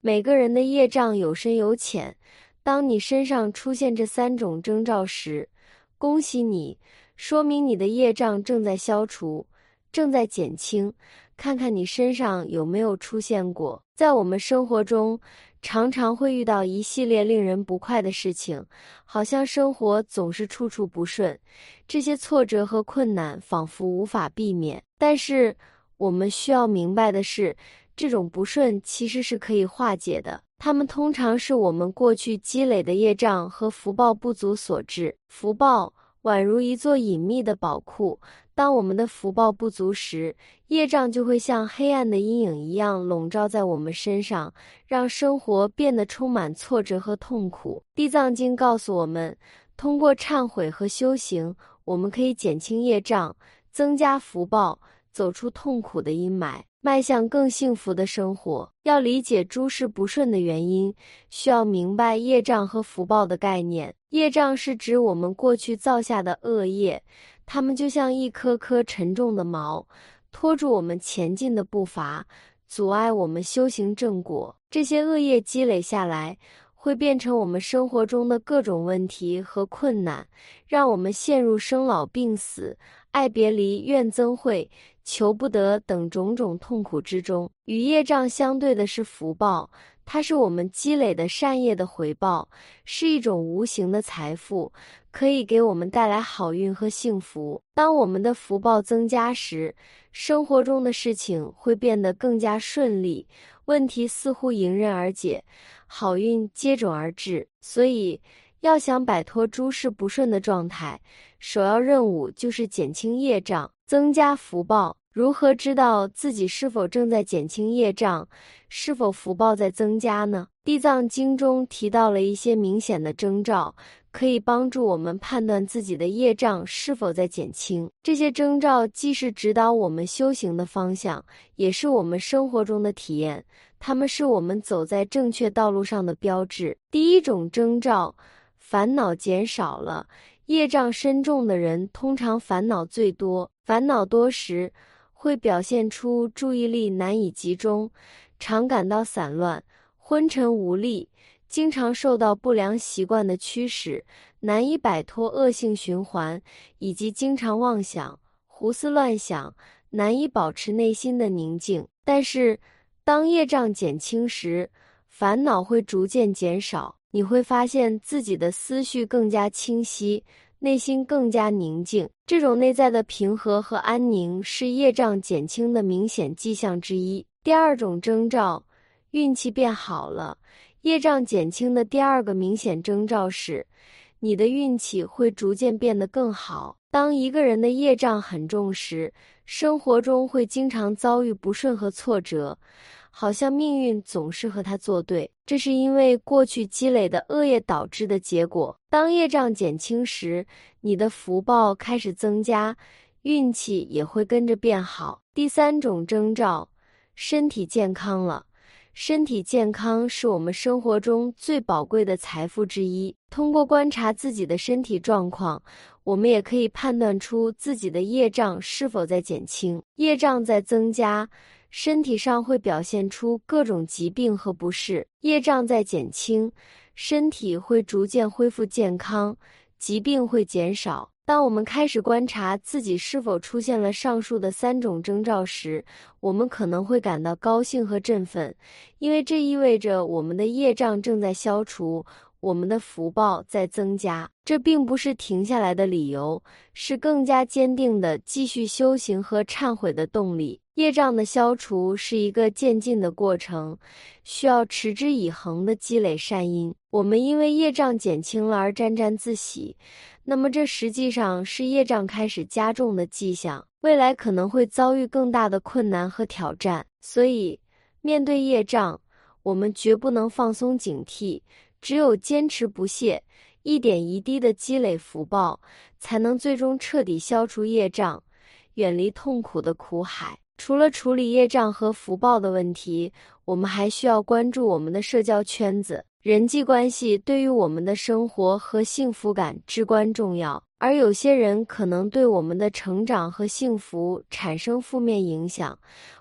每个人的业障有深有浅，当你身上出现这3种征兆时，恭喜你，说明你的业障正在消除，正在减轻。看看你身上有没有出现过。在我们生活中，常常会遇到一系列令人不快的事情，好像生活总是处处不顺，这些挫折和困难仿佛无法避免。但是，我们需要明白的是，这种不顺其实是可以化解的。它们通常是我们过去积累的业障和福报不足所致。福报宛如一座隐秘的宝库，当我们的福报不足时，业障就会像黑暗的阴影一样笼罩在我们身上，让生活变得充满挫折和痛苦。地藏经告诉我们，通过忏悔和修行，我们可以减轻业障，增加福报，走出痛苦的阴霾，迈向更幸福的生活。要理解诸事不顺的原因，需要明白业障和福报的概念。业障是指我们过去造下的恶业，它们就像一颗颗沉重的锚，拖住我们前进的步伐，阻碍我们修行正果。这些恶业积累下来，会变成我们生活中的各种问题和困难，让我们陷入生老病死、爱别离、怨憎会、求不得等种种痛苦之中。与业障相对的是福报，它是我们积累的善业的回报，是一种无形的财富，可以给我们带来好运和幸福。当我们的福报增加时，生活中的事情会变得更加顺利，问题似乎迎刃而解，好运接踵而至。所以，要想摆脱诸事不顺的状态，首要任务就是减轻业障，增加福报。如何知道自己是否正在减轻业障，是否福报在增加呢？地藏经中提到了一些明显的征兆，可以帮助我们判断自己的业障是否在减轻。这些征兆既是指导我们修行的方向，也是我们生活中的体验，它们是我们走在正确道路上的标志。第一种征兆，烦恼减少了。业障深重的人通常烦恼最多，烦恼多时会表现出注意力难以集中，常感到散乱、昏沉无力，经常受到不良习惯的驱使，难以摆脱恶性循环，以及经常妄想、胡思乱想，难以保持内心的宁静。但是，当业障减轻时，烦恼会逐渐减少，你会发现自己的思绪更加清晰，内心更加宁静。这种内在的平和和安宁是业障减轻的明显迹象之一。第二种征兆，运气变好了。业障减轻的第二个明显征兆是，你的运气会逐渐变得更好。当一个人的业障很重时，生活中会经常遭遇不顺和挫折，好像命运总是和他作对，这是因为过去积累的恶业导致的结果。当业障减轻时，你的福报开始增加，运气也会跟着变好。第三种征兆，身体健康了。身体健康是我们生活中最宝贵的财富之一。通过观察自己的身体状况，我们也可以判断出自己的业障是否在减轻。业障在增加，身体上会表现出各种疾病和不适；业障在减轻，身体会逐渐恢复健康，疾病会减少。当我们开始观察自己是否出现了上述的3种征兆时，我们可能会感到高兴和振奋，因为这意味着我们的业障正在消除，我们的福报在增加。这并不是停下来的理由，是更加坚定的继续修行和忏悔的动力。业障的消除是一个渐进的过程，需要持之以恒的积累善因。我们因为业障减轻了而沾沾自喜，那么这实际上是业障开始加重的迹象，未来可能会遭遇更大的困难和挑战。所以，面对业障，我们绝不能放松警惕，只有坚持不懈，一点一滴的积累福报，才能最终彻底消除业障，远离痛苦的苦海。除了处理业障和福报的问题，我们还需要关注我们的社交圈子。人际关系对于我们的生活和幸福感至关重要，而有些人可能对我们的成长和幸福产生负面影响。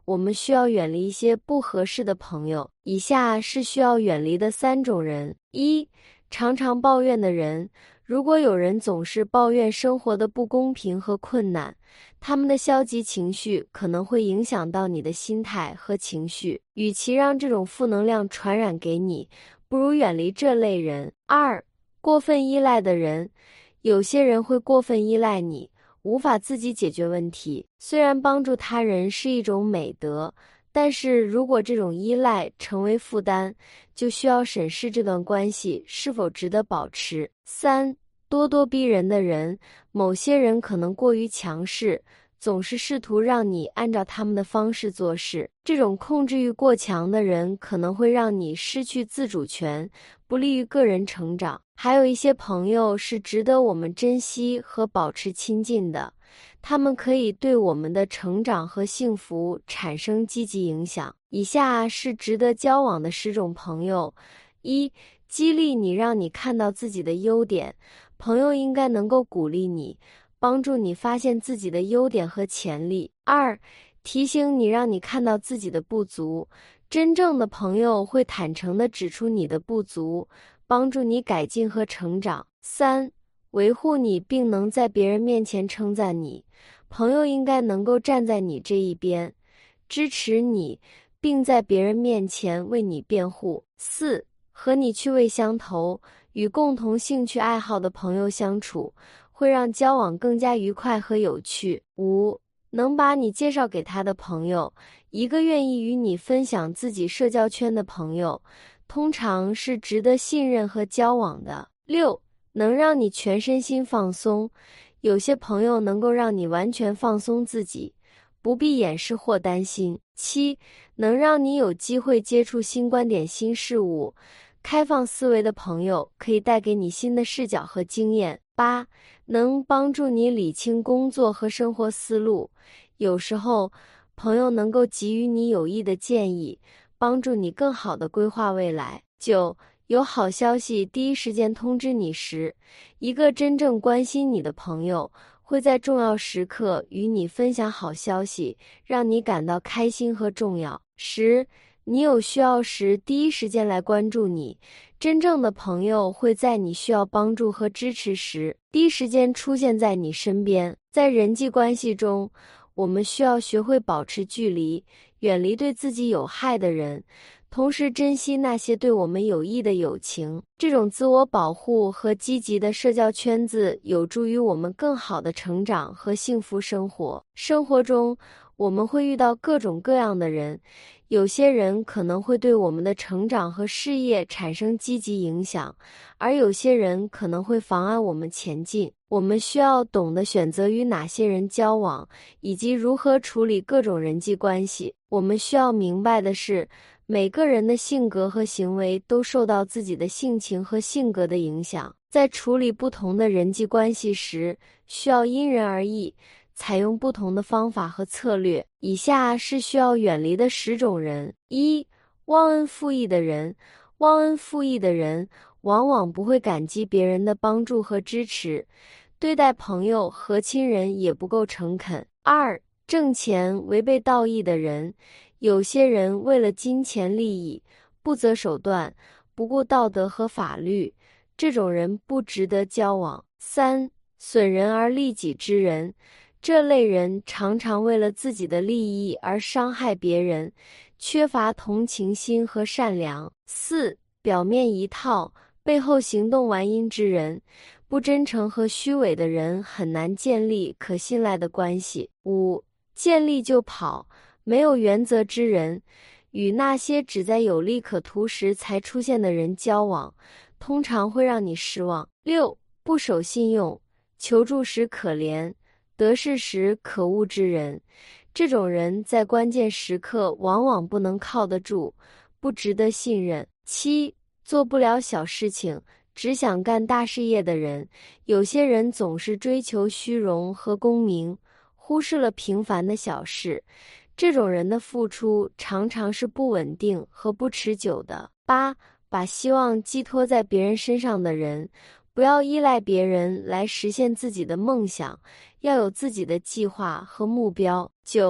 我们需要远离一些不合适的朋友。以下是需要远离的3种人：一、常常抱怨的人。如果有人总是抱怨生活的不公平和困难，他们的消极情绪可能会影响到你的心态和情绪。与其让这种负能量传染给你，不如远离这类人。二、过分依赖的人。有些人会过分依赖你，无法自己解决问题。虽然帮助他人是一种美德，但是如果这种依赖成为负担，就需要审视这段关系是否值得保持。三、咄咄逼人的人。某些人可能过于强势，总是试图让你按照他们的方式做事。这种控制欲过强的人可能会让你失去自主权，不利于个人成长。还有一些朋友是值得我们珍惜和保持亲近的，他们可以对我们的成长和幸福产生积极影响。以下是值得交往的10种朋友。一、激励你，让你看到自己的优点。朋友应该能够鼓励你，帮助你发现自己的优点和潜力。二、提醒你，让你看到自己的不足。真正的朋友会坦诚地指出你的不足，帮助你改进和成长。三、维护你，并能在别人面前称赞你。朋友应该能够站在你这一边，支持你，并在别人面前为你辩护。四、和你趣味相投。与共同兴趣爱好的朋友相处，会让交往更加愉快和有趣。五、能把你介绍给他的朋友。一个愿意与你分享自己社交圈的朋友，通常是值得信任和交往的。六、能让你全身心放松。有些朋友能够让你完全放松自己，不必掩饰或担心。七、能让你有机会接触新观点、新事物。开放思维的朋友可以带给你新的视角和经验。八、能帮助你理清工作和生活思路。有时候，朋友能够给予你有益的建议，帮助你更好地规划未来。九、有好消息第一时间通知你时。一个真正关心你的朋友会在重要时刻与你分享好消息，让你感到开心和重要。十、你有需要时第一时间来关注你。真正的朋友会在你需要帮助和支持时，第一时间出现在你身边。在人际关系中，我们需要学会保持距离，远离对自己有害的人，同时珍惜那些对我们有益的友情。这种自我保护和积极的社交圈子有助于我们更好的成长和幸福生活。生活中，我们会遇到各种各样的人，有些人可能会对我们的成长和事业产生积极影响，而有些人可能会妨碍我们前进。我们需要懂得选择与哪些人交往，以及如何处理各种人际关系。我们需要明白的是，每个人的性格和行为都受到自己的性情和性格的影响，在处理不同的人际关系时，需要因人而异，采用不同的方法和策略。以下是需要远离的10种人。一、忘恩负义的人。忘恩负义的人往往不会感激别人的帮助和支持，对待朋友和亲人也不够诚恳。二、挣钱违背道义的人。有些人为了金钱利益，不择手段，不顾道德和法律，这种人不值得交往。三、损人而利己之人。这类人常常为了自己的利益而伤害别人，缺乏同情心和善良。四、表面一套，背后行动玩阴之人。不真诚和虚伪的人很难建立可信赖的关系。五、见利就跑，没有原则之人。与那些只在有利可图时才出现的人交往，通常会让你失望。六、不守信用，求助时可怜，得势时可恶之人。这种人在关键时刻往往不能靠得住，不值得信任。七、做不了小事情，只想干大事业的人。有些人总是追求虚荣和功名，忽视了平凡的小事。这种人的付出常常是不稳定和不持久的。八、把希望寄托在别人身上的人。不要依赖别人来实现自己的梦想，要有自己的计划和目标。九、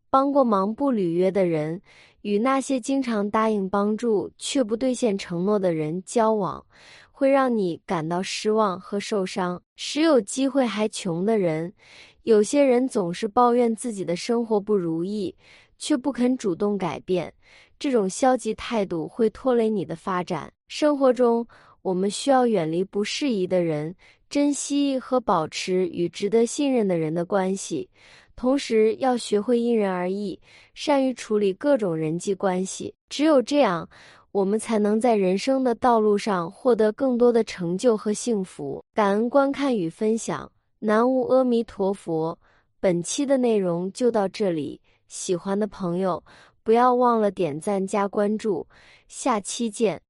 帮过忙不履约的人，与那些经常答应帮助却不兑现承诺的人交往，会让你感到失望和受伤。时有机会还穷的人，有些人总是抱怨自己的生活不如意，却不肯主动改变，这种消极态度会拖累你的发展。生活中，我们需要远离不适宜的人，珍惜和保持与值得信任的人的关系，同时要学会因人而异，善于处理各种人际关系。只有这样，我们才能在人生的道路上获得更多的成就和幸福。感恩观看与分享，南无阿弥陀佛。本期的内容就到这里，喜欢的朋友不要忘了点赞加关注，下期见。